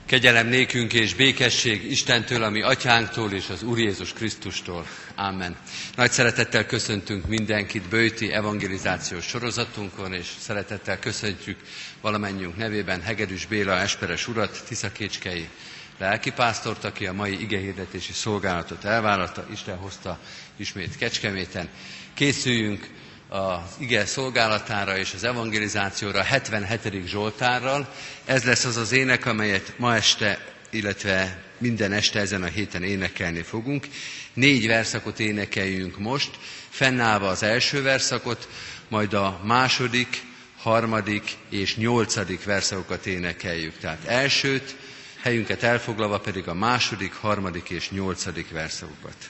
Kegyelem nékünk és békesség Istentől, a mi atyánktól és az Úr Jézus Krisztustól. Ámen. Nagy szeretettel köszöntünk mindenkit böjti evangelizációs sorozatunkon, és szeretettel köszöntjük valamennyünk nevében Hegedűs Béla esperes urat, tiszakécskei lelkipásztort, aki a mai igehirdetési szolgálatot elvállalta. Isten hozta ismét Kecskeméten. Készüljünk az ige szolgálatára és az evangelizációra 77. Zsoltárral. Ez lesz az az ének, amelyet ma este, illetve minden este ezen a héten énekelni fogunk. 4 verszakot énekeljünk most, fennállva az első verszakot, majd a második, harmadik és 8. verszakokat énekeljük. Tehát elsőt, helyünket elfoglalva pedig a második, harmadik és 8. verszakokat.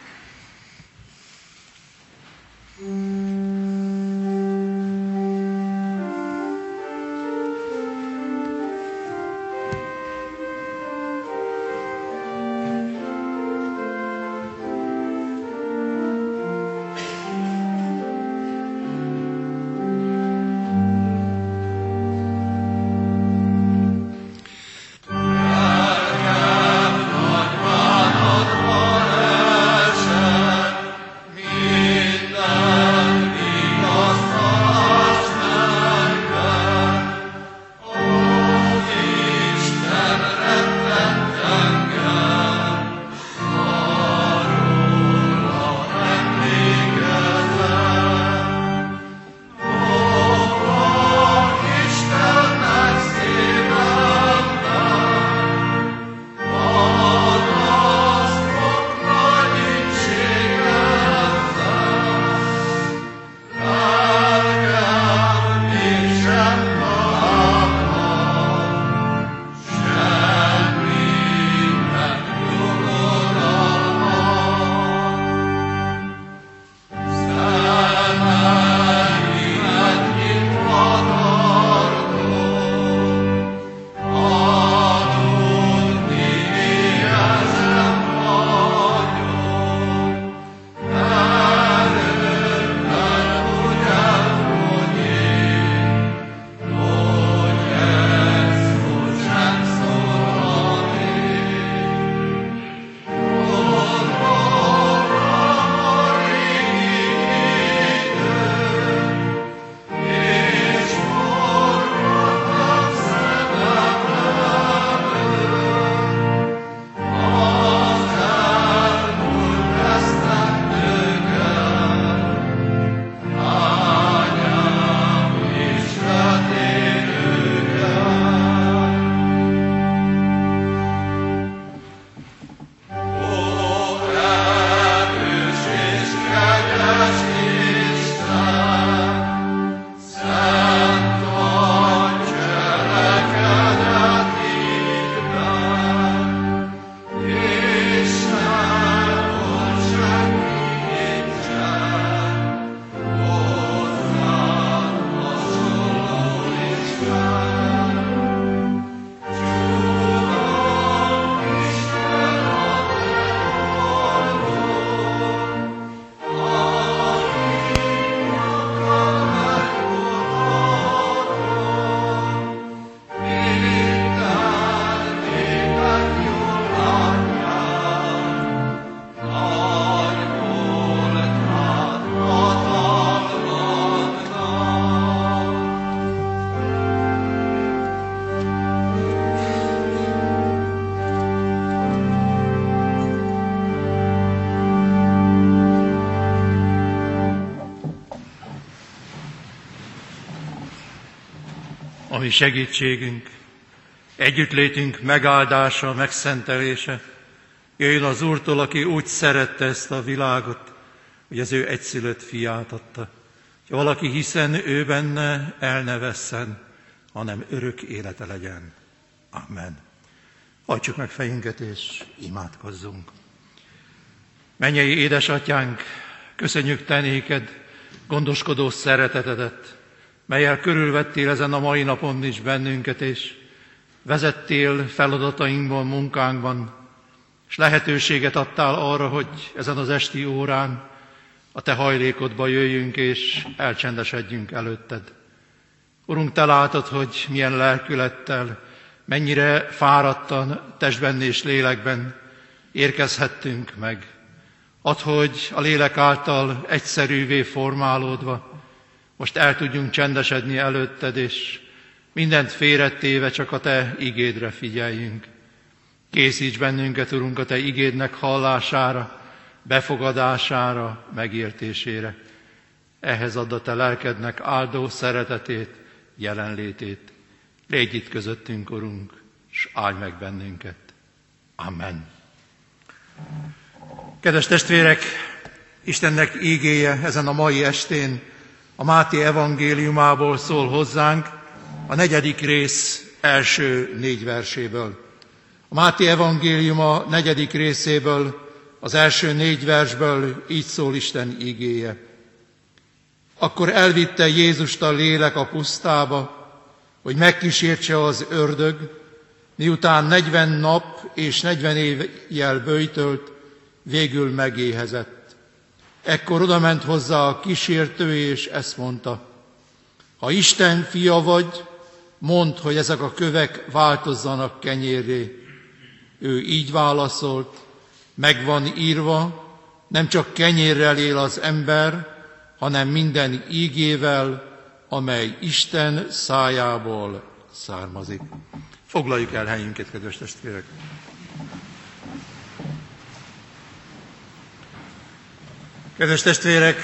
Ami segítségünk, együttlétünk megáldása, megszentelése, jöjjön az Úrtól, aki úgy szerette ezt a világot, hogy az ő egyszülött fiát adta. Ha valaki hiszen ő benne, el ne vesszen, hanem örök élete legyen. Amen. Hajtsuk meg fejünket és imádkozzunk. Mennyei édesatyánk, köszönjük te néked gondoskodó szeretetedet, mellyel körülvettél ezen a mai napon is bennünket, és vezettél feladatainkban, munkánkban, és lehetőséget adtál arra, hogy ezen az esti órán a te hajlékodba jöjjünk és elcsendesedjünk előtted. Urunk, te látod, hogy milyen lelkülettel, mennyire fáradtan testben és lélekben érkezhettünk meg. Add, hogy a lélek által egyszerűvé formálódva most el tudjunk csendesedni előtted, és mindent félretéve csak a Te igédre figyeljünk. Készíts bennünket, Urunk, a Te igédnek hallására, befogadására, megértésére. Ehhez add a Te lelkednek áldó szeretetét, jelenlétét. Légy itt közöttünk, Urunk, s áldj meg bennünket. Amen. Kedves testvérek, Istennek ígéje ezen a mai estén a Máté evangéliumából szól hozzánk, a 4. rész első 4 verséből. A Máté evangéliuma 4. részéből, az első 4 versből így szól Isten ígéje. Akkor elvitte Jézust a lélek a pusztába, hogy megkísértse az ördög, miután 40 nap és 40 évjel böjtölt, végül megéhezett. Ekkor odament hozzá a kísértő, és ezt mondta: ha Isten fia vagy, mondd, hogy ezek a kövek változzanak kenyérré. Ő így válaszolt: meg van írva, nem csak kenyérrel él az ember, hanem minden ígével, amely Isten szájából származik. Foglaljuk el helyünket, kedves testvérek! Kedves testvérek,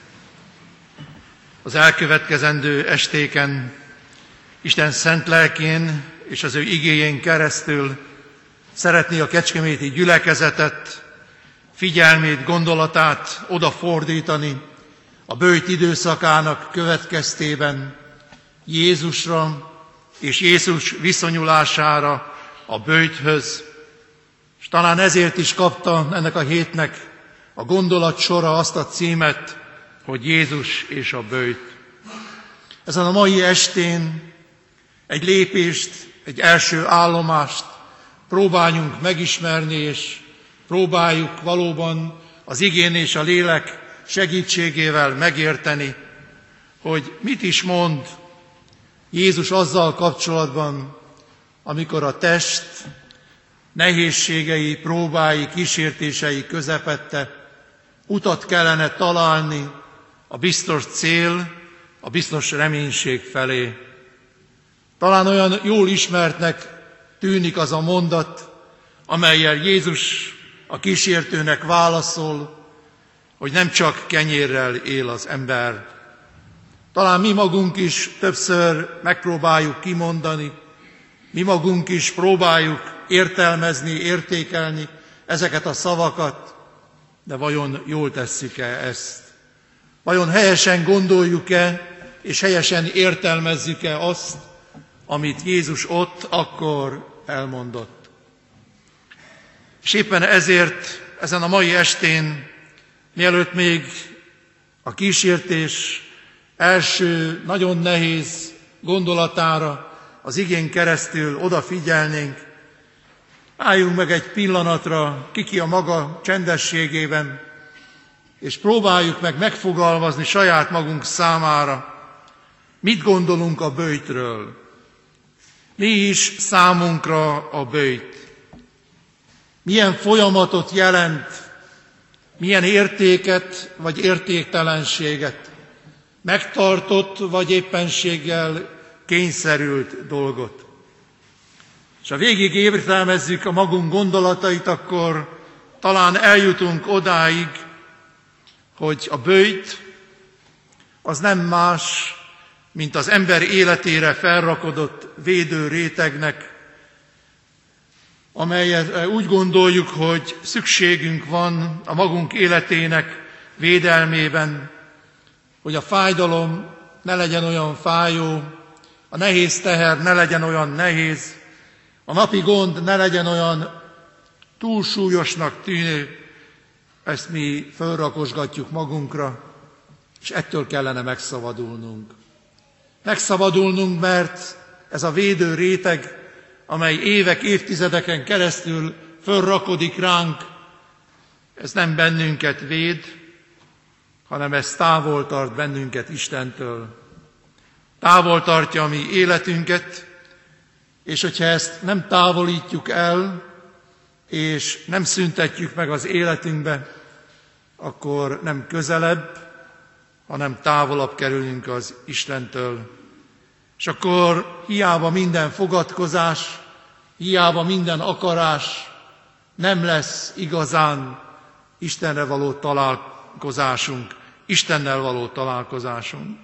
az elkövetkezendő estéken Isten szent lelkén és az ő igéjén keresztül szeretné a kecskeméti gyülekezetet, figyelmét, gondolatát odafordítani a böjt időszakának következtében Jézusra és Jézus viszonyulására a böjthöz, és talán ezért is kapta ennek a hétnek a gondolatsora azt a címet, hogy Jézus és a böjt. Ezen a mai estén egy lépést, egy első állomást próbáljunk megismerni, és próbáljuk valóban az igén és a lélek segítségével megérteni, hogy mit is mond Jézus azzal kapcsolatban, amikor a test nehézségei, próbái, kísértései közepette utat kellene találni a biztos cél, a biztos reménység felé. Talán olyan jól ismertnek tűnik az a mondat, amellyel Jézus a kísértőnek válaszol, hogy nem csak kenyérrel él az ember. Talán mi magunk is többször megpróbáljuk kimondani, mi magunk is próbáljuk értelmezni, értékelni ezeket a szavakat, de vajon jól tesszük-e ezt? Vajon helyesen gondoljuk-e, és helyesen értelmezzük-e azt, amit Jézus ott akkor elmondott? És éppen ezért ezen a mai estén, mielőtt még a kísértés első, nagyon nehéz gondolatára az igén keresztül odafigyelnénk, álljunk meg egy pillanatra, ki a maga csendességében, és próbáljuk meg megfogalmazni saját magunk számára, mit gondolunk a böjtről. Mi is számunkra a böjt? Milyen folyamatot jelent, milyen értéket vagy értéktelenséget, megtartott vagy éppenséggel kényszerült dolgot. És ha végig értelmezzük a magunk gondolatait, akkor talán eljutunk odáig, hogy a böjt az nem más, mint az ember életére felrakodott védő rétegnek, amelyet úgy gondoljuk, hogy szükségünk van a magunk életének védelmében, hogy a fájdalom ne legyen olyan fájó, a nehéz teher ne legyen olyan nehéz, a napi gond ne legyen olyan túlsúlyosnak tűnő, ezt mi fölrakosgatjuk magunkra, és ettől kellene megszabadulnunk. Megszabadulnunk, mert ez a védő réteg, amely évek, évtizedeken keresztül fölrakodik ránk, ez nem bennünket véd, hanem ez távol tart bennünket Istentől. Távol tartja a mi életünket, És hogyha ezt nem távolítjuk el, és nem szüntetjük meg az életünkbe, akkor nem közelebb, hanem távolabb kerülünk az Istentől. És akkor hiába minden fogadkozás, hiába minden akarás, nem lesz igazán Istenre való találkozásunk, Istennel való találkozásunk.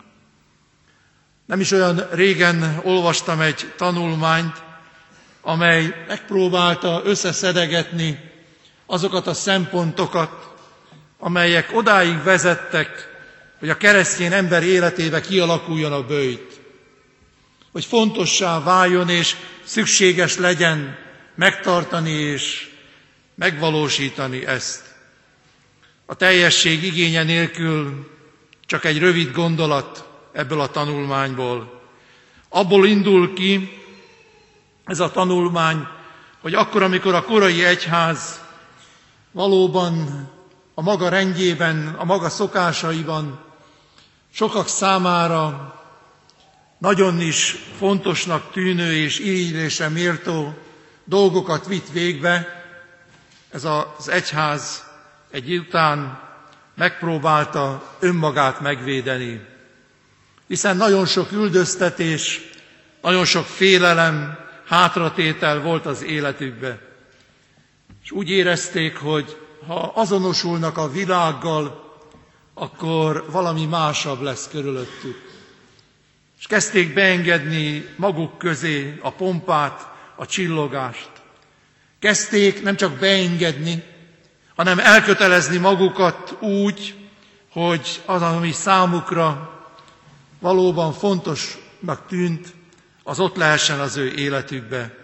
Nem is olyan régen olvastam egy tanulmányt, amely megpróbálta összeszedegetni azokat a szempontokat, amelyek odáig vezettek, hogy a keresztény ember életébe kialakuljon a böjt. Hogy fontossá váljon és szükséges legyen megtartani és megvalósítani ezt. A teljesség igénye nélkül csak egy rövid gondolat ebből a tanulmányból. Abból indul ki ez a tanulmány, hogy akkor, amikor a korai egyház valóban a maga rendjében, a maga szokásaiban sokak számára nagyon is fontosnak tűnő és irigylésre méltó dolgokat vitt végbe, ez az egyház egy idő után megpróbálta önmagát megvédeni. Hiszen nagyon sok üldöztetés, nagyon sok félelem, hátratétel volt az életükbe. És úgy érezték, hogy ha azonosulnak a világgal, akkor valami másabb lesz körülöttük. És kezdték beengedni maguk közé a pompát, a csillogást. Kezdték nem csak beengedni, hanem elkötelezni magukat úgy, hogy az, ami számukra valóban fontosnak tűnt, az ott lehessen az ő életükbe.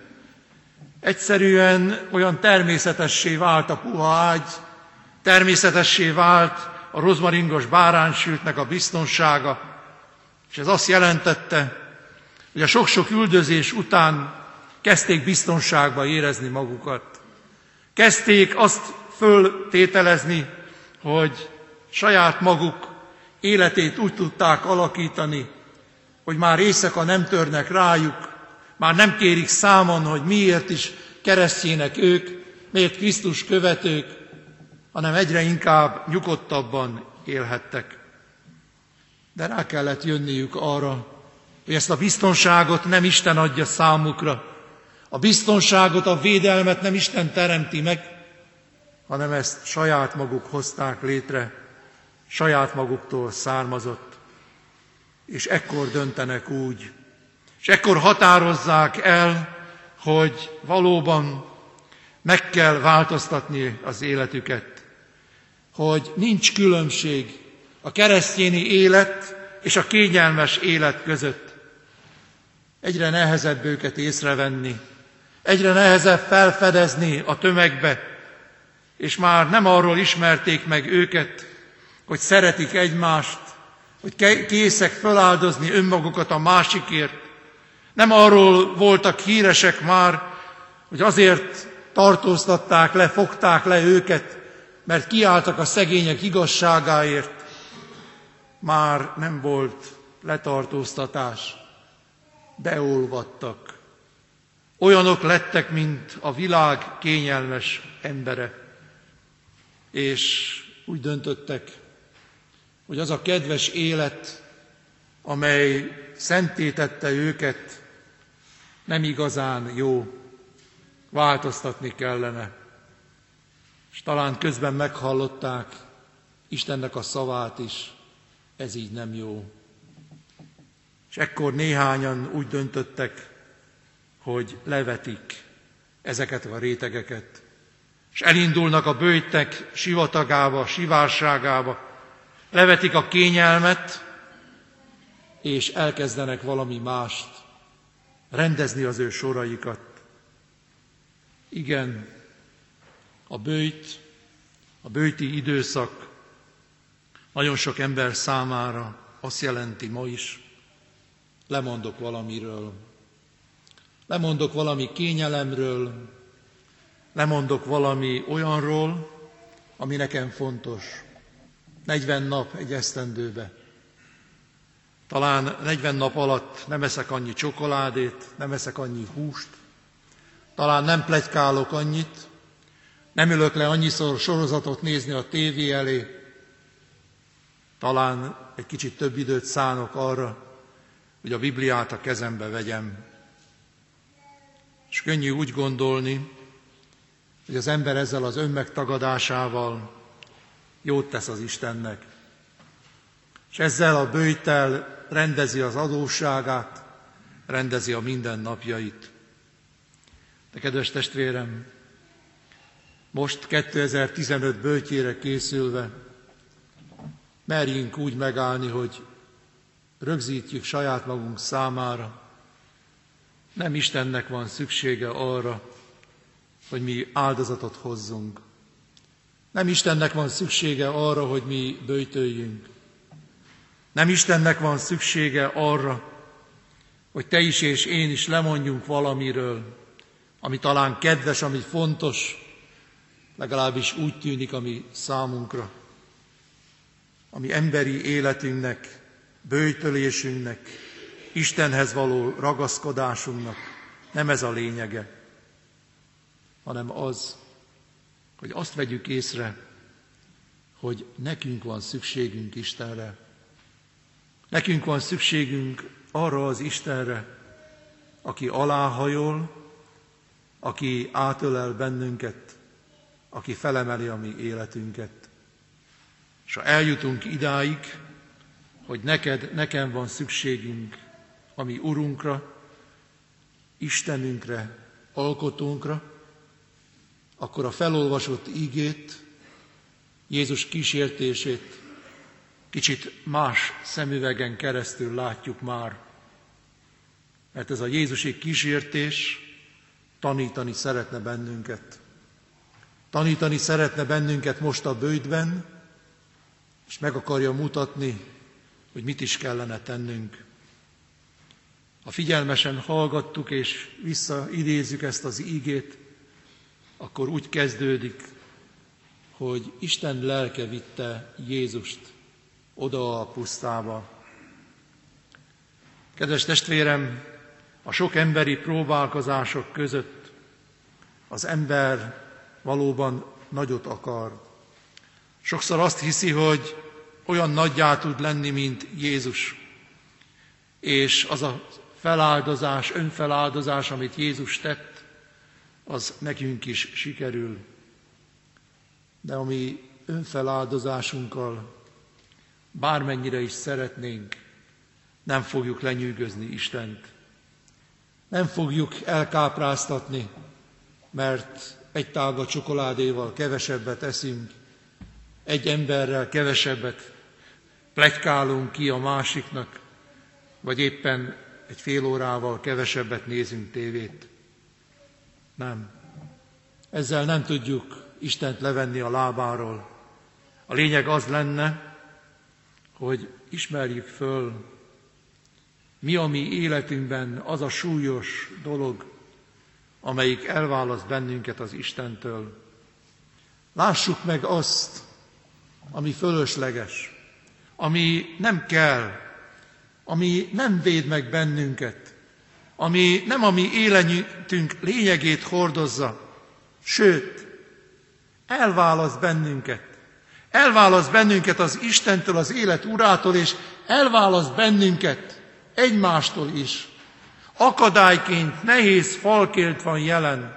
Egyszerűen olyan természetessé vált a puha ágy, természetessé vált a rozmaringos báránysültnek a biztonsága, és ez azt jelentette, hogy a sok-sok üldözés után kezdték biztonságba érezni magukat. Kezdték azt föltételezni, hogy saját maguk életét úgy tudták alakítani, hogy már éjszaka nem törnek rájuk, már nem kérik számon, hogy miért is keresztjének ők, miért Krisztus követők, hanem egyre inkább nyugodtabban élhettek. De rá kellett jönniük arra, hogy ezt a biztonságot nem Isten adja számukra. A biztonságot, a védelmet nem Isten teremti meg, hanem ezt saját maguk hozták létre, saját maguktól származott. És ekkor döntenek úgy, és ekkor határozzák el, hogy valóban meg kell változtatni az életüket, hogy nincs különbség a keresztényi élet és a kényelmes élet között. Egyre nehezebb őket észrevenni, egyre nehezebb felfedezni a tömegbe, és már nem arról ismerték meg őket, hogy szeretik egymást, hogy készek feláldozni önmagukat a másikért. Nem arról voltak híresek már, hogy azért tartóztatták le, fogták le őket, mert kiálltak a szegények igazságáért. Már nem volt letartóztatás, beolvadtak. Olyanok lettek, mint a világ kényelmes embere. És úgy döntöttek, hogy az a kedves élet, amely szenttétette őket, nem igazán jó, változtatni kellene. És talán közben meghallották Istennek a szavát is, ez így nem jó. És ekkor néhányan úgy döntöttek, hogy levetik ezeket a rétegeket, és elindulnak a böjtek sivatagába, sivárságába, levetik a kényelmet, és elkezdenek valami mást, rendezni az ő soraikat. Igen, a böjti időszak nagyon sok ember számára azt jelenti ma is, lemondok valamiről. Lemondok valami kényelemről, lemondok valami olyanról, ami nekem fontos. 40 nap egy esztendőbe. Talán 40 nap alatt nem eszek annyi csokoládét, nem eszek annyi húst, talán nem pletykálok annyit, nem ülök le annyiszor sorozatot nézni a tévé elé, talán egy kicsit több időt szánok arra, hogy a Bibliát a kezembe vegyem. És könnyű úgy gondolni, hogy az ember ezzel az önmegtagadásával jót tesz az Istennek, és ezzel a böjttel rendezi az adósságát, rendezi a mindennapjait. De kedves testvérem, most 2015 böjtjére készülve merjünk úgy megállni, hogy rögzítjük saját magunk számára, nem Istennek van szüksége arra, hogy mi áldozatot hozzunk. Nem Istennek van szüksége arra, hogy mi böjtöljünk. Nem Istennek van szüksége arra, hogy te is és én is lemondjunk valamiről, ami talán kedves, ami fontos, legalábbis úgy tűnik, ami számunkra. Ami emberi életünknek, böjtölésünknek, Istenhez való ragaszkodásunknak nem ez a lényege, hanem az, hogy azt vegyük észre, hogy nekünk van szükségünk Istenre. Nekünk van szükségünk arra az Istenre, aki aláhajol, aki átölel bennünket, aki felemeli a mi életünket. És ha eljutunk idáig, hogy nekem van szükségünk a mi Urunkra, Istenünkre, Alkotónkra, akkor a felolvasott igét, Jézus kísértését kicsit más szemüvegen keresztül látjuk már. Mert ez a Jézusi kísértés tanítani szeretne bennünket. Tanítani szeretne bennünket most a böjtben, és meg akarja mutatni, hogy mit is kellene tennünk. Ha figyelmesen hallgattuk és visszaidézzük ezt az ígét, akkor úgy kezdődik, hogy Isten lelke vitte Jézust oda a pusztába. Kedves testvérem, a sok emberi próbálkozások között az ember valóban nagyot akar. Sokszor azt hiszi, hogy olyan nagyjá tud lenni, mint Jézus. És az a feláldozás, önfeláldozás, amit Jézus tett, az nekünk is sikerül. De a mi önfeláldozásunkkal, bármennyire is szeretnénk, nem fogjuk lenyűgözni Istent. Nem fogjuk elkápráztatni, mert egy tálga csokoládéval kevesebbet eszünk, egy emberrel kevesebbet pletykálunk ki a másiknak, vagy éppen egy fél órával kevesebbet nézünk tévét. Nem. Ezzel nem tudjuk Istent levenni a lábáról. A lényeg az lenne, hogy ismerjük föl, mi a mi életünkben az a súlyos dolog, amelyik elválaszt bennünket az Istentől. Lássuk meg azt, ami fölösleges, ami nem kell, ami nem véd meg bennünket, ami nem a mi életünk lényegét hordozza, sőt, elválaszt bennünket. Elválaszt bennünket az Istentől, az élet Urától, és elválaszt bennünket egymástól is. Akadályként, nehéz falként van jelen,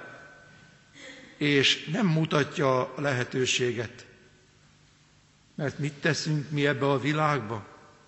és nem mutatja a lehetőséget. Mert mit teszünk mi ebbe a világba?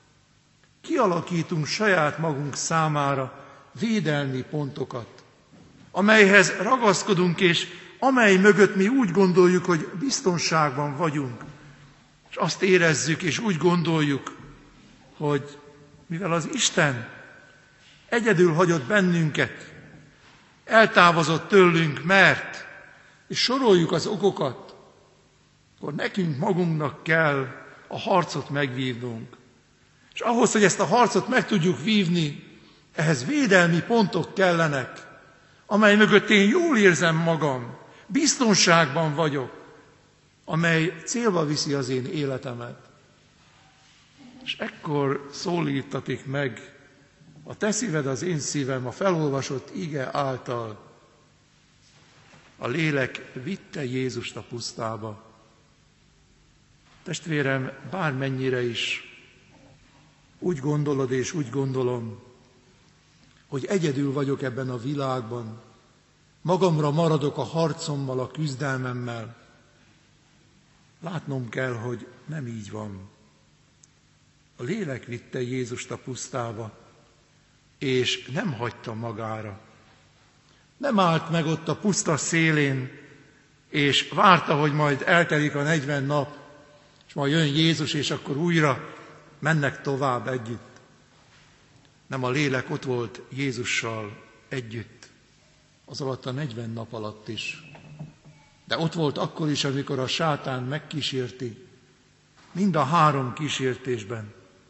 Kialakítunk saját magunk számára védelmi pontokat, amelyhez ragaszkodunk, és amely mögött mi úgy gondoljuk, hogy biztonságban vagyunk. És azt érezzük, és úgy gondoljuk, hogy mivel az Isten egyedül hagyott bennünket, eltávozott tőlünk, mert, és soroljuk az okokat, akkor nekünk magunknak kell a harcot megvívnunk. És ahhoz, hogy ezt a harcot meg tudjuk vívni, ehhez védelmi pontok kellenek, amely mögött én jól érzem magam, biztonságban vagyok, amely célba viszi az én életemet. És ekkor szólítatik meg a te szíved, az én szívem a felolvasott ige által. A lélek vitte Jézust a pusztába. Testvérem, bármennyire is úgy gondolod és úgy gondolom, hogy egyedül vagyok ebben a világban, magamra maradok a harcommal, a küzdelmemmel, látnom kell, hogy nem így van. A lélek vitte Jézust a pusztába, és nem hagyta magára. Nem állt meg ott a puszta szélén, és várta, hogy majd eltelik a 40 nap, és majd jön Jézus, és akkor újra mennek tovább együtt. Nem, a lélek ott volt Jézussal együtt, az alatt a 40 nap alatt is. De ott volt akkor is, amikor a sátán megkísérti, mind a 3 kísértésben.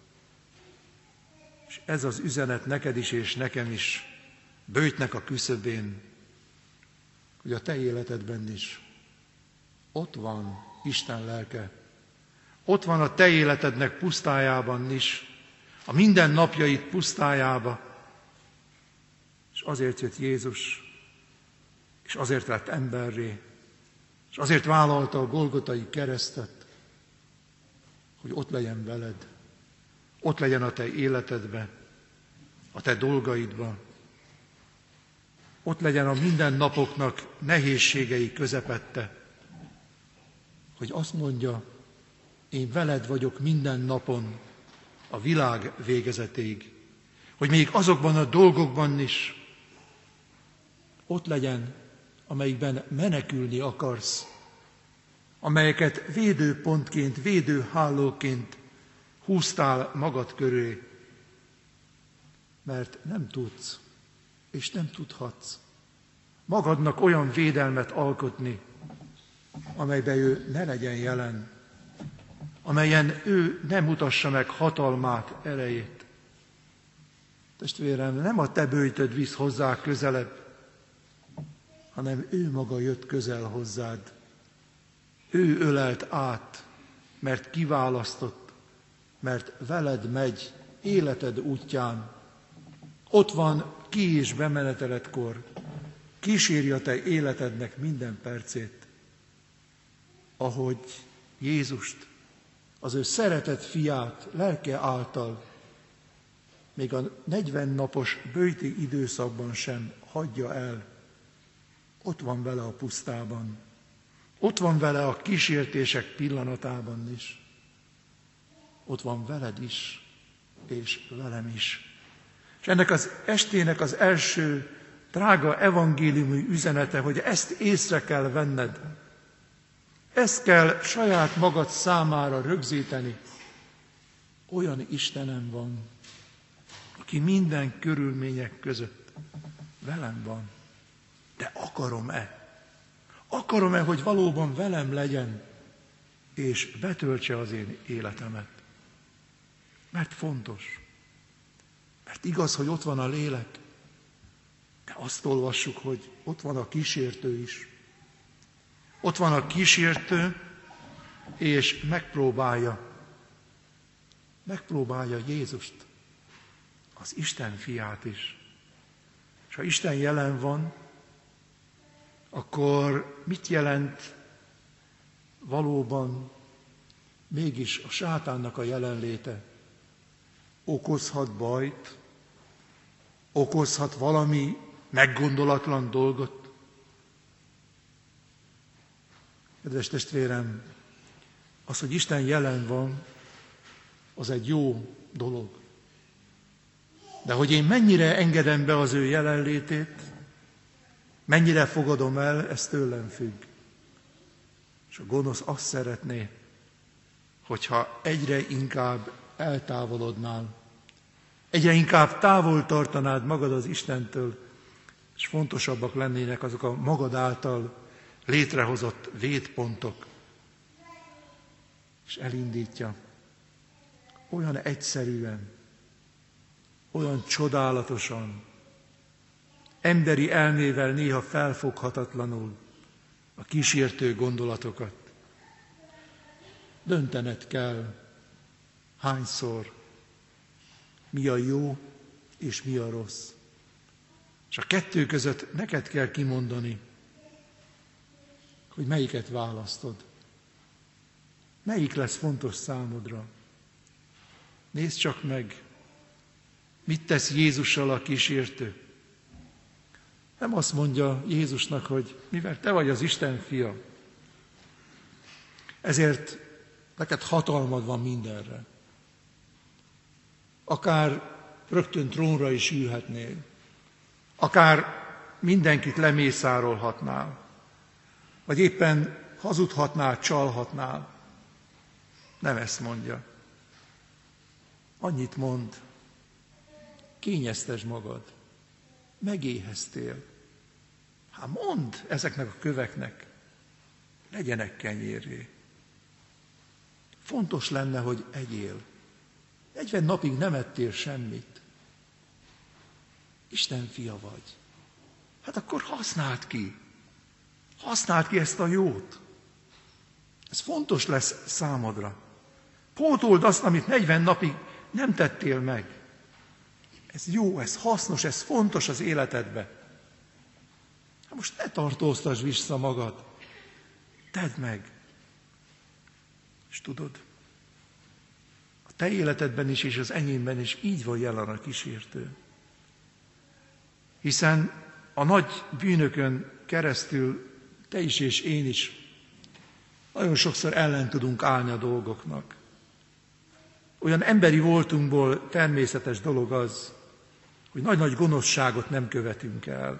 És ez az üzenet neked is és nekem is, böjtnek a küszöbén, hogy a te életedben is ott van Isten lelke. Ott van a te életednek pusztájában is, a mindennapjaid pusztájába. És azért jött Jézus, és azért lett emberré, és azért vállalta a Golgotai keresztet, hogy ott legyen veled, ott legyen a te életedben, a te dolgaidban, ott legyen a mindennapoknak nehézségei közepette, hogy azt mondja, én veled vagyok minden napon, a világ végezetéig, hogy még azokban a dolgokban is ott legyen, amelyikben menekülni akarsz, amelyeket védőpontként, védőhálóként húztál magad köré, mert nem tudsz, és nem tudhatsz magadnak olyan védelmet alkotni, amelyben ő ne legyen jelen, amelyen ő nem mutassa meg hatalmát, erejét. Testvérem, nem a te böjtöd visz hozzá közelebb, hanem ő maga jött közel hozzád. Ő ölelt át, mert kiválasztott, mert veled megy életed útján. Ott van ki- és bemenetelekor, kíséri a te életednek minden percét, ahogy Jézust, az ő szeretett fiát lelke által még a 40 napos böjti időszakban sem hagyja el. Ott van vele a pusztában, ott van vele a kísértések pillanatában is. Ott van veled is, és velem is. És ennek az estének az első drága evangéliumi üzenete, hogy ezt észre kell venned. Ezt kell saját magad számára rögzíteni. Olyan Istenem van, aki minden körülmények között velem van. De akarom-e? Akarom-e, hogy valóban velem legyen, és betöltse az én életemet? Mert fontos. Mert igaz, hogy ott van a lélek, de azt olvassuk, hogy ott van a kísértő is. Ott van a kísértő, és megpróbálja Jézust, az Isten fiát is. És ha Isten jelen van, akkor mit jelent valóban mégis a sátánnak a jelenléte? Okozhat bajt, okozhat valami meggondolatlan dolgot. Kedves testvérem, az, hogy Isten jelen van, az egy jó dolog. De hogy én mennyire engedem be az ő jelenlétét, mennyire fogadom el, ez tőlem függ. És a gonosz azt szeretné, hogyha egyre inkább eltávolodnál, egyre inkább távol tartanád magad az Istentől, és fontosabbak lennének azok a magad által létrehozott védpontok. És elindítja olyan egyszerűen, olyan csodálatosan, emberi elmével néha felfoghatatlanul a kísértő gondolatokat. Döntened kell, hányszor, mi a jó és mi a rossz. És a kettő között neked kell kimondani, hogy melyiket választod. Melyik lesz fontos számodra. Nézd csak meg, mit tesz Jézussal a kísértő. Nem azt mondja Jézusnak, hogy mivel te vagy az Isten fia, ezért neked hatalmad van mindenre. Akár rögtön trónra is ülhetnél, akár mindenkit lemészárolhatnál, vagy éppen hazudhatnál, csalhatnál. Nem ezt mondja. Annyit mond, kényeztesd magad, megéheztél. Hát mondd ezeknek a köveknek, legyenek kenyérré. Fontos lenne, hogy egyél. 40 napig nem ettél semmit. Isten fia vagy. Hát akkor használd ki. Használd ki ezt a jót. Ez fontos lesz számodra. Pótold azt, amit 40 napig nem tettél meg. Ez jó, ez hasznos, ez fontos az életedbe. Hát most ne tartóztasd vissza magad. Tedd meg. És tudod, a te életedben is és az enyémben is így van jelen a kísértő. Hiszen a nagy bűnökön keresztül te is és én is nagyon sokszor ellen tudunk állni a dolgoknak. Olyan emberi voltunkból természetes dolog az, hogy nagy-nagy gonoszságot nem követünk el.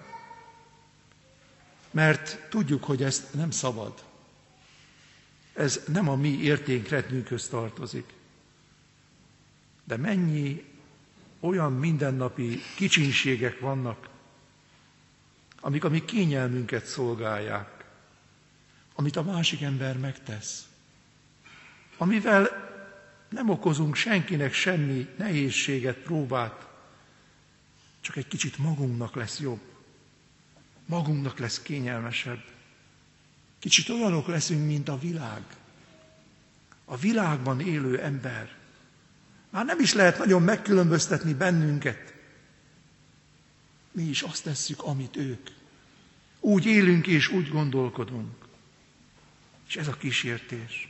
Mert tudjuk, hogy ezt nem szabad. Ez nem a mi értékrendünkhöz tartozik. De mennyi olyan mindennapi kicsinségek vannak, amik a mi kényelmünket szolgálják, amit a másik ember megtesz, amivel nem okozunk senkinek semmi nehézséget, próbát, csak egy kicsit magunknak lesz jobb, magunknak lesz kényelmesebb. Kicsit olyanok leszünk, mint a világ. A világban élő ember. Már nem is lehet nagyon megkülönböztetni bennünket. Mi is azt tesszük, amit ők. Úgy élünk és úgy gondolkodunk. És ez a kísértés.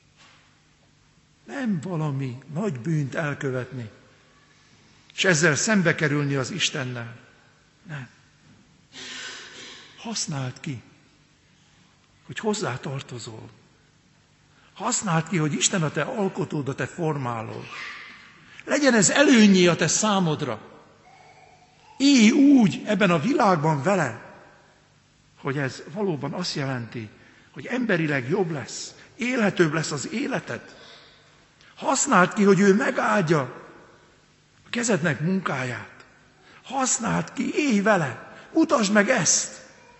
Nem valami nagy bűnt elkövetni, és ezzel szembe kerülni az Istennel. Nem. Használd ki, hogy hozzá tartozol. Használd ki, hogy Isten a te alkotód, a te formálód. Legyen ez előnyé a te számodra. Élj úgy ebben a világban vele, hogy ez valóban azt jelenti, hogy emberileg jobb lesz, élhetőbb lesz az életed. Használd ki, hogy ő megáldja a kezednek munkáját. Használd ki, élj vele, mutasd meg ezt.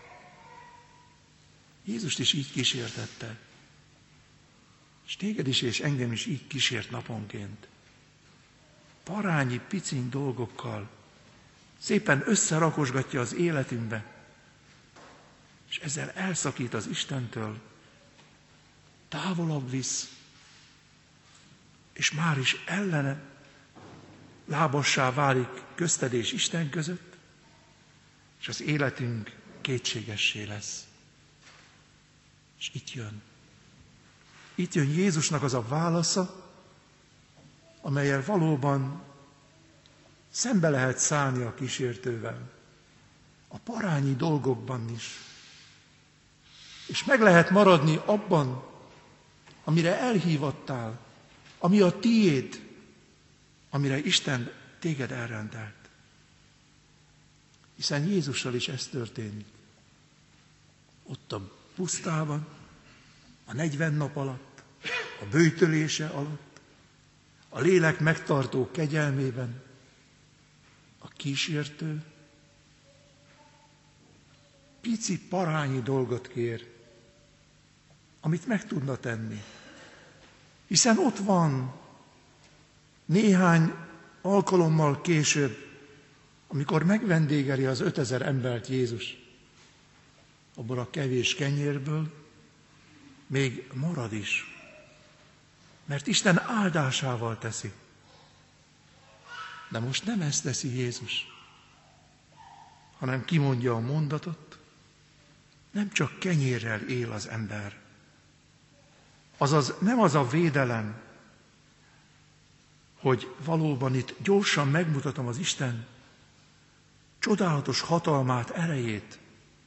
Jézust is így kísértette. És téged is és engem is így kísért naponként. Parányi, piciny dolgokkal szépen összerakosgatja az életünkbe, és ezzel elszakít az Istentől, távolabb visz, és már is ellene lábassá válik közted és Isten között, és az életünk kétségessé lesz. És itt jön. Itt jön Jézusnak az a válasza, amellyel valóban szembe lehet szállni a kísértővel. A parányi dolgokban is. És meg lehet maradni abban, amire elhívattál, ami a tiéd, amire Isten téged elrendelt. Hiszen Jézussal is ez történik. Ott a pusztában, a 40 nap alatt, a böjtölése alatt, a lélek megtartó kegyelmében, a kísértő pici parányi dolgot kér, amit meg tudna tenni. Hiszen ott van néhány alkalommal később, amikor megvendégeli az 5000 embert Jézus, abból a kevés kenyérből még marad is. mert Isten áldásával teszi. De most nem ezt teszi Jézus, hanem kimondja a mondatot, nem csak kenyérrel él az ember. Azaz nem az a védelem, hogy valóban itt gyorsan megmutatom az Isten csodálatos hatalmát, erejét,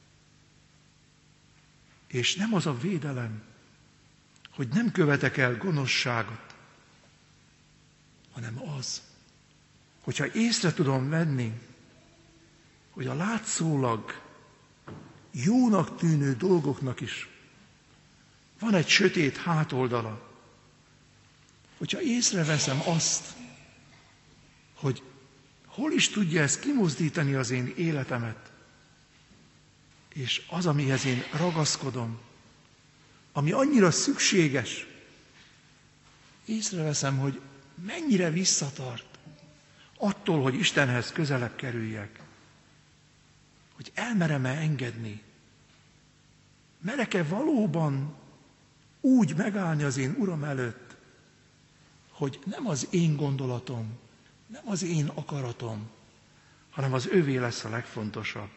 és nem az a védelem, hogy nem követek el gonoszságot, hanem az, hogyha észre tudom venni, hogy a látszólag jónak tűnő dolgoknak is van egy sötét hátoldala. Hogyha észreveszem azt, hogy hol is tudja ez kimozdítani az én életemet, és az, amihez én ragaszkodom, ami annyira szükséges, észreveszem, hogy mennyire visszatart attól, hogy Istenhez közelebb kerüljek, hogy elmerem-e engedni, merek-e valóban úgy megállni az én Uram előtt, hogy nem az én gondolatom, nem az én akaratom, hanem az ővé lesz a legfontosabb.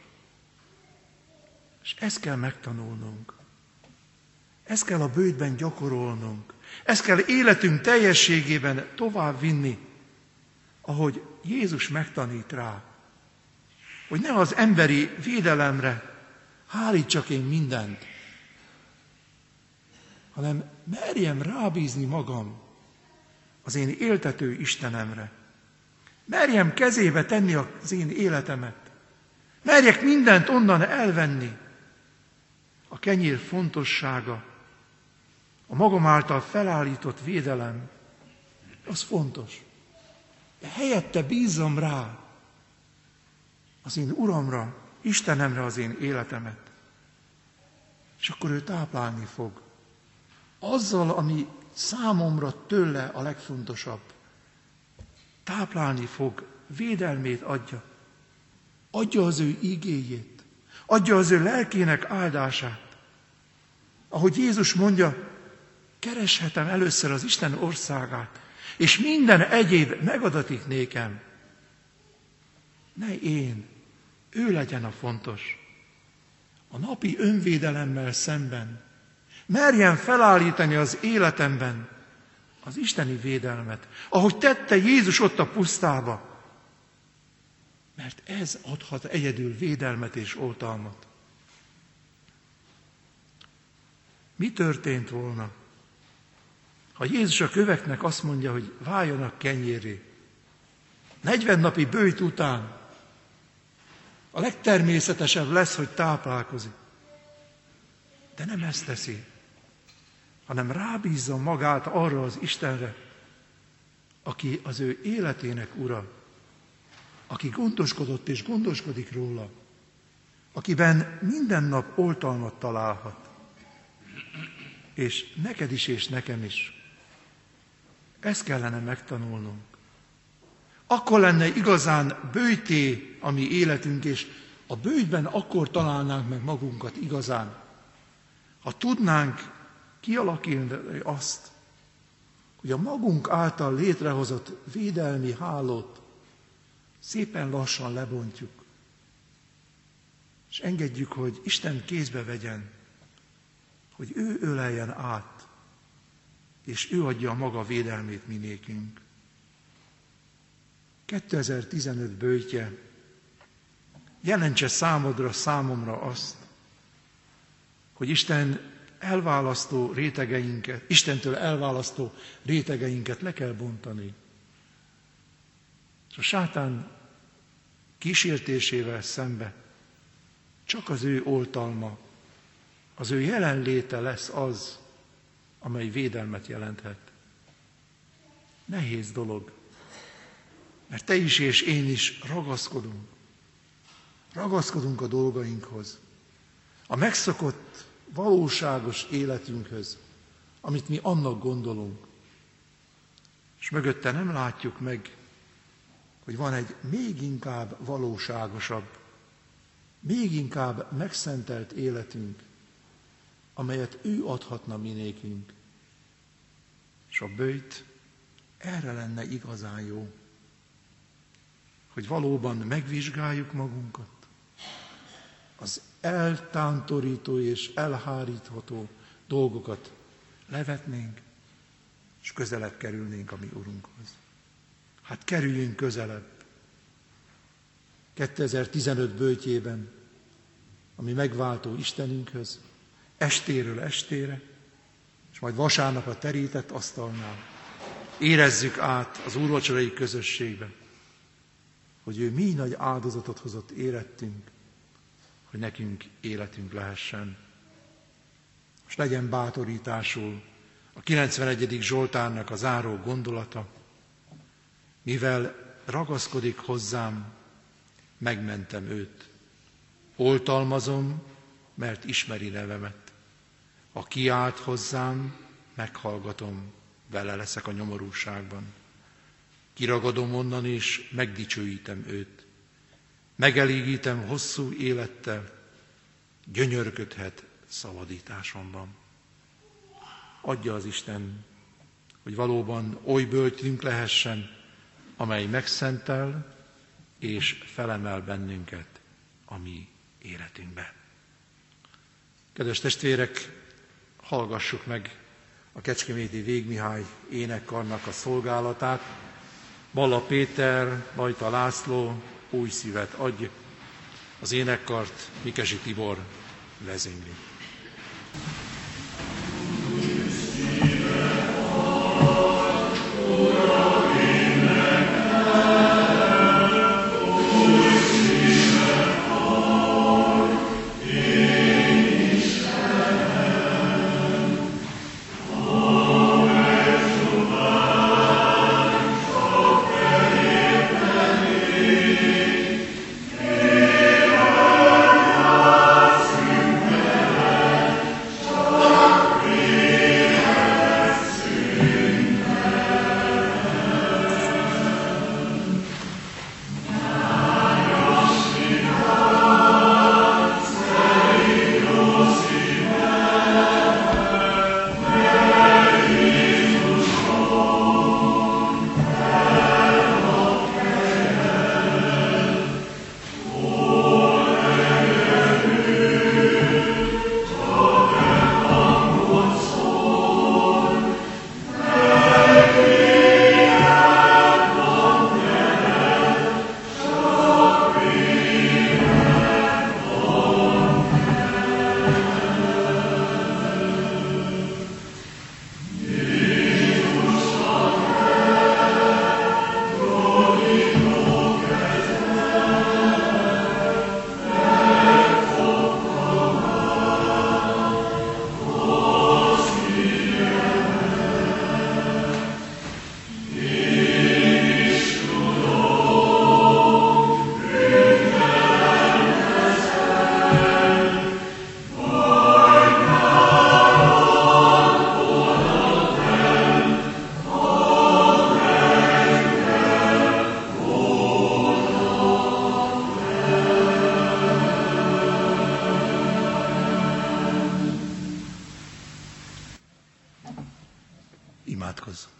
És ezt kell megtanulnunk. Ezt kell a bőjtben gyakorolnunk. Ezt kell életünk teljességében tovább vinni, ahogy Jézus megtanít rá. Hogy ne az emberi védelemre hárítsak én mindent, hanem merjem rábízni magam az én éltető Istenemre. Merjem kezébe tenni az én életemet. Merjek mindent onnan elvenni. A kenyér fontossága, a magam által felállított védelem, az fontos. De helyette bízzam rá az én Uramra, Istenemre az én életemet. És akkor ő táplálni fog. Azzal, ami számomra tőle a legfontosabb. Táplálni fog, védelmét adja. Adja az ő igéjét. Adja az ő lelkének áldását. Ahogy Jézus mondja, kereshetem először az Isten országát, és minden egyéb megadatik nékem. Ne én, ő legyen a fontos. A napi önvédelemmel szemben merjem felállítani az életemben az isteni védelmet, ahogy tette Jézus ott a pusztába. Mert ez adhat egyedül védelmet és oltalmat. Mi történt volna, ha Jézus a köveknek azt mondja, hogy váljanak kenyérré? 40 napi bőjt után a legtermészetesebb lesz, hogy táplálkozik. De nem ezt teszi, hanem rábízza magát arra az Istenre, aki az ő életének ura, aki gondoskodott és gondoskodik róla, akiben minden nap oltalmat találhat. És neked is és nekem is. Ezt kellene megtanulnunk. Akkor lenne igazán bőjté a mi életünk, és a bőjtben akkor találnánk meg magunkat igazán, ha tudnánk kialakítani azt, hogy a magunk által létrehozott védelmi hálót szépen lassan lebontjuk, és engedjük, hogy Isten kézbe vegyen, hogy ő öleljen át, és ő adja a maga védelmét mi nékünk. 2015 bőjtje jelentse számodra, számomra azt, hogy Istentől elválasztó rétegeinket le kell bontani. És a sátán kísértésével szembe csak az ő oltalma, az ő jelenléte lesz az, amely védelmet jelenthet. Nehéz dolog, mert te is és én is ragaszkodunk. Ragaszkodunk a dolgainkhoz, a megszokott, valóságos életünkhöz, amit mi annak gondolunk. És mögötte nem látjuk meg, hogy van egy még inkább valóságosabb, még inkább megszentelt életünk, amelyet ő adhatna mi nékünk. És És a böjt erre lenne igazán jó, hogy valóban megvizsgáljuk magunkat, az eltántorító és elhárítható dolgokat levetnénk, és közelebb kerülnénk a mi Urunkhoz. Hát kerüljünk közelebb. 2015 böjtjében, ami megváltó Istenünkhöz, estéről estére, és majd vasárnap a terített asztalnál érezzük át az úrvacsorai közösségben, hogy ő mi nagy áldozatot hozott érettünk, hogy nekünk életünk lehessen. És legyen bátorításul a 91. Zsoltárnak a záró gondolata, mivel ragaszkodik hozzám, megmentem őt. Oltalmazom, mert ismeri nevemet. Ha kiált hozzám, meghallgatom, vele leszek a nyomorúságban. Kiragadom onnan, és megdicsőítem őt. Megelégítem hosszú élettel, gyönyörködhet szabadításomban. Adja az Isten, hogy valóban oly bölcsünk lehessen, amely megszentel és felemel bennünket a mi életünkbe. Kedves testvérek, hallgassuk meg a kecskeméti Végmihály énekkarnak a szolgálatát. Balla Péter, Bajta László, Új szívet adj, az énekkart Mikesi Tibor vezényli. Imádkozzunk.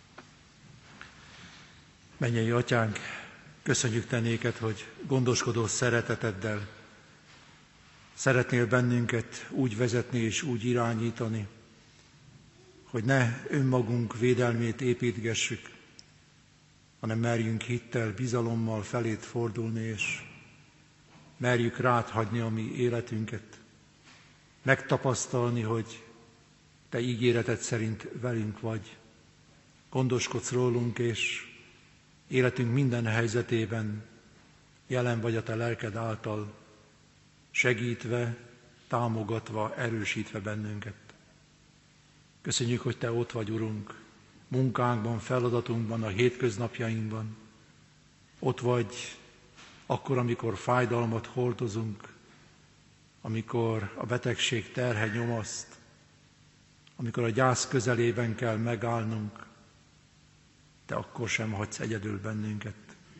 Mennyei Atyánk, köszönjük Te néked, hogy gondoskodó szereteteddel szeretnél bennünket úgy vezetni és úgy irányítani, hogy ne önmagunk védelmét építgessük, hanem merjünk hittel, bizalommal feléd fordulni, és merjük rád hagyni a mi életünket, megtapasztalni, hogy Te ígéreted szerint velünk vagy, gondoskodsz rólunk, és életünk minden helyzetében jelen vagy a Te lelked által, segítve, támogatva, erősítve bennünket. Köszönjük, hogy Te ott vagy, Urunk, munkánkban, feladatunkban, a hétköznapjainkban. Ott vagy akkor, amikor fájdalmat hordozunk, amikor a betegség terhe nyomaszt, amikor a gyász közelében kell megállnunk, Te akkor sem hagysz egyedül bennünket.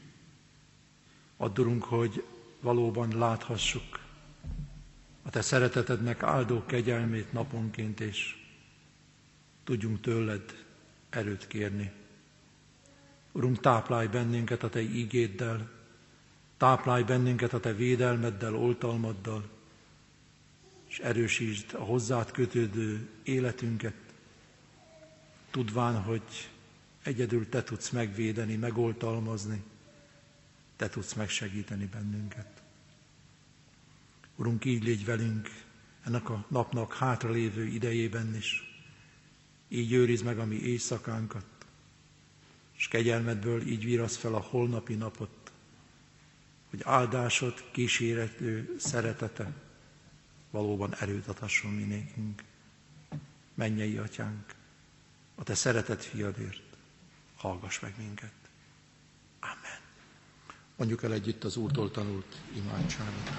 Add, Urunk, hogy valóban láthassuk a Te szeretetednek áldó kegyelmét naponként, és tudjunk tőled erőt kérni. Urunk, táplálj bennünket a Te ígéddel, táplálj bennünket a Te védelmeddel, oltalmaddal, és erősítsd a hozzád kötődő életünket, tudván, hogy egyedül Te tudsz megvédeni, megoltalmazni, Te tudsz megsegíteni bennünket. Urunk, így légy velünk ennek a napnak hátralévő idejében is. Így őrizd meg a mi éjszakánkat, és kegyelmedből így vírasz fel a holnapi napot, hogy áldásod, kísérető szeretete valóban erőt adhasson mi nékünk. Mennyei Atyánk, a Te szeretett fiadért hallgass meg minket. Amen. Mondjuk el együtt az Úrtól tanult imádságot.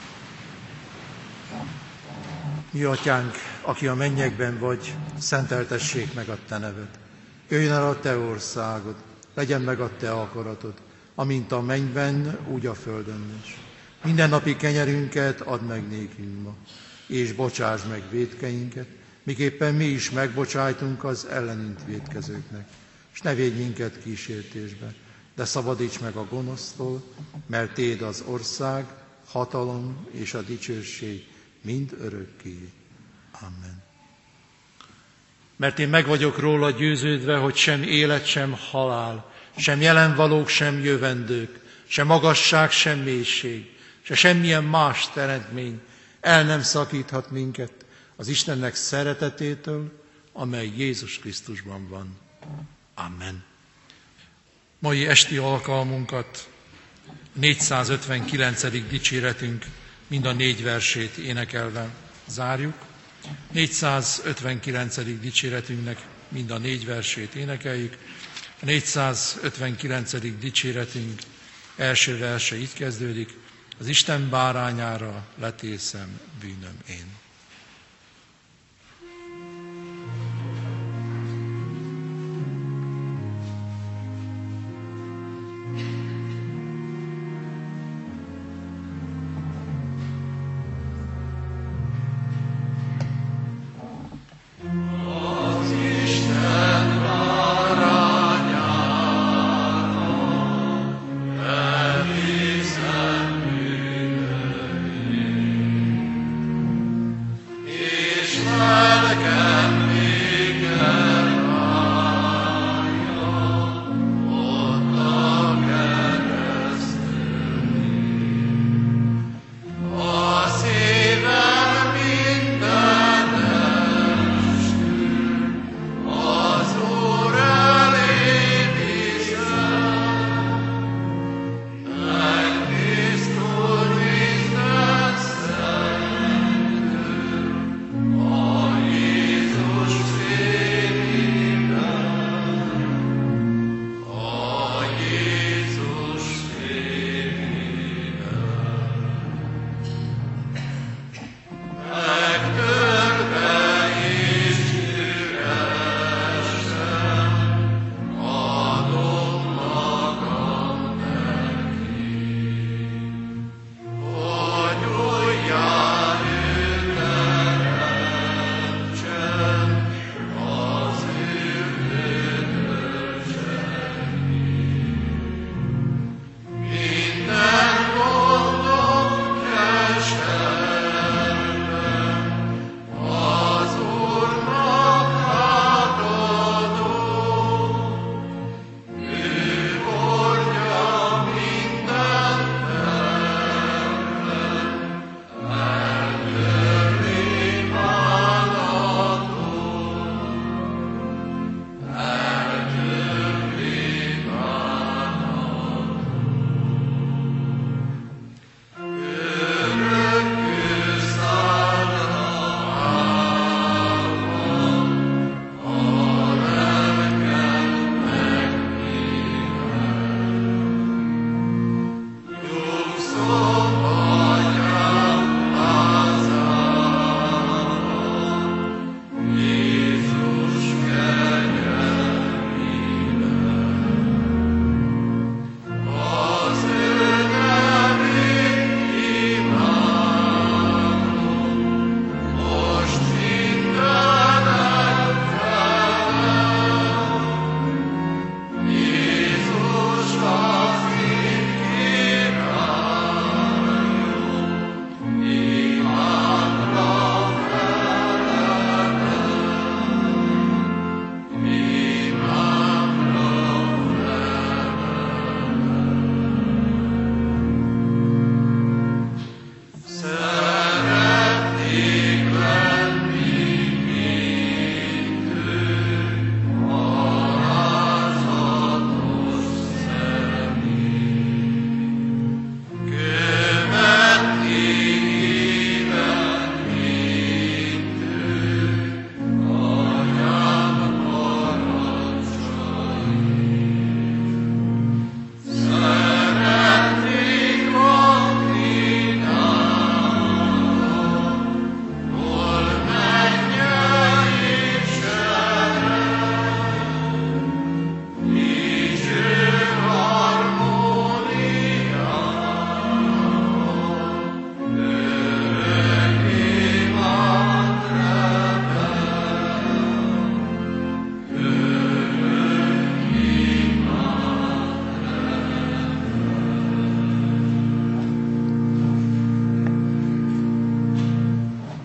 Mi Atyánk, aki a mennyekben vagy, szenteltessék meg a Te neved. Jöjjön el a Te országod, legyen meg a Te akaratod, amint a mennyben, úgy a földön is. Mindennapi kenyerünket add meg nékünk ma, és bocsásd meg vétkeinket, miképpen mi is megbocsájtunk az ellenünk vétkezőknek. És ne védj minket kísértésbe, de szabadíts meg a gonosztól, mert Téd az ország, hatalom és a dicsőség mind örökké. Amen. Mert én meg vagyok róla győződve, hogy sem élet, sem halál, sem jelenvalók, sem jövendők, sem magasság, sem mélység, se semmilyen más teremtmény el nem szakíthat minket az Istennek szeretetétől, amely Jézus Krisztusban van. Amen. Mai esti alkalmunkat 459. dicséretünk mind a 4 versét énekelve zárjuk. 459. dicséretünknek mind a 4 versét énekeljük. A 459. dicséretünk első verse így kezdődik: az Isten bárányára letészem bűnöm én.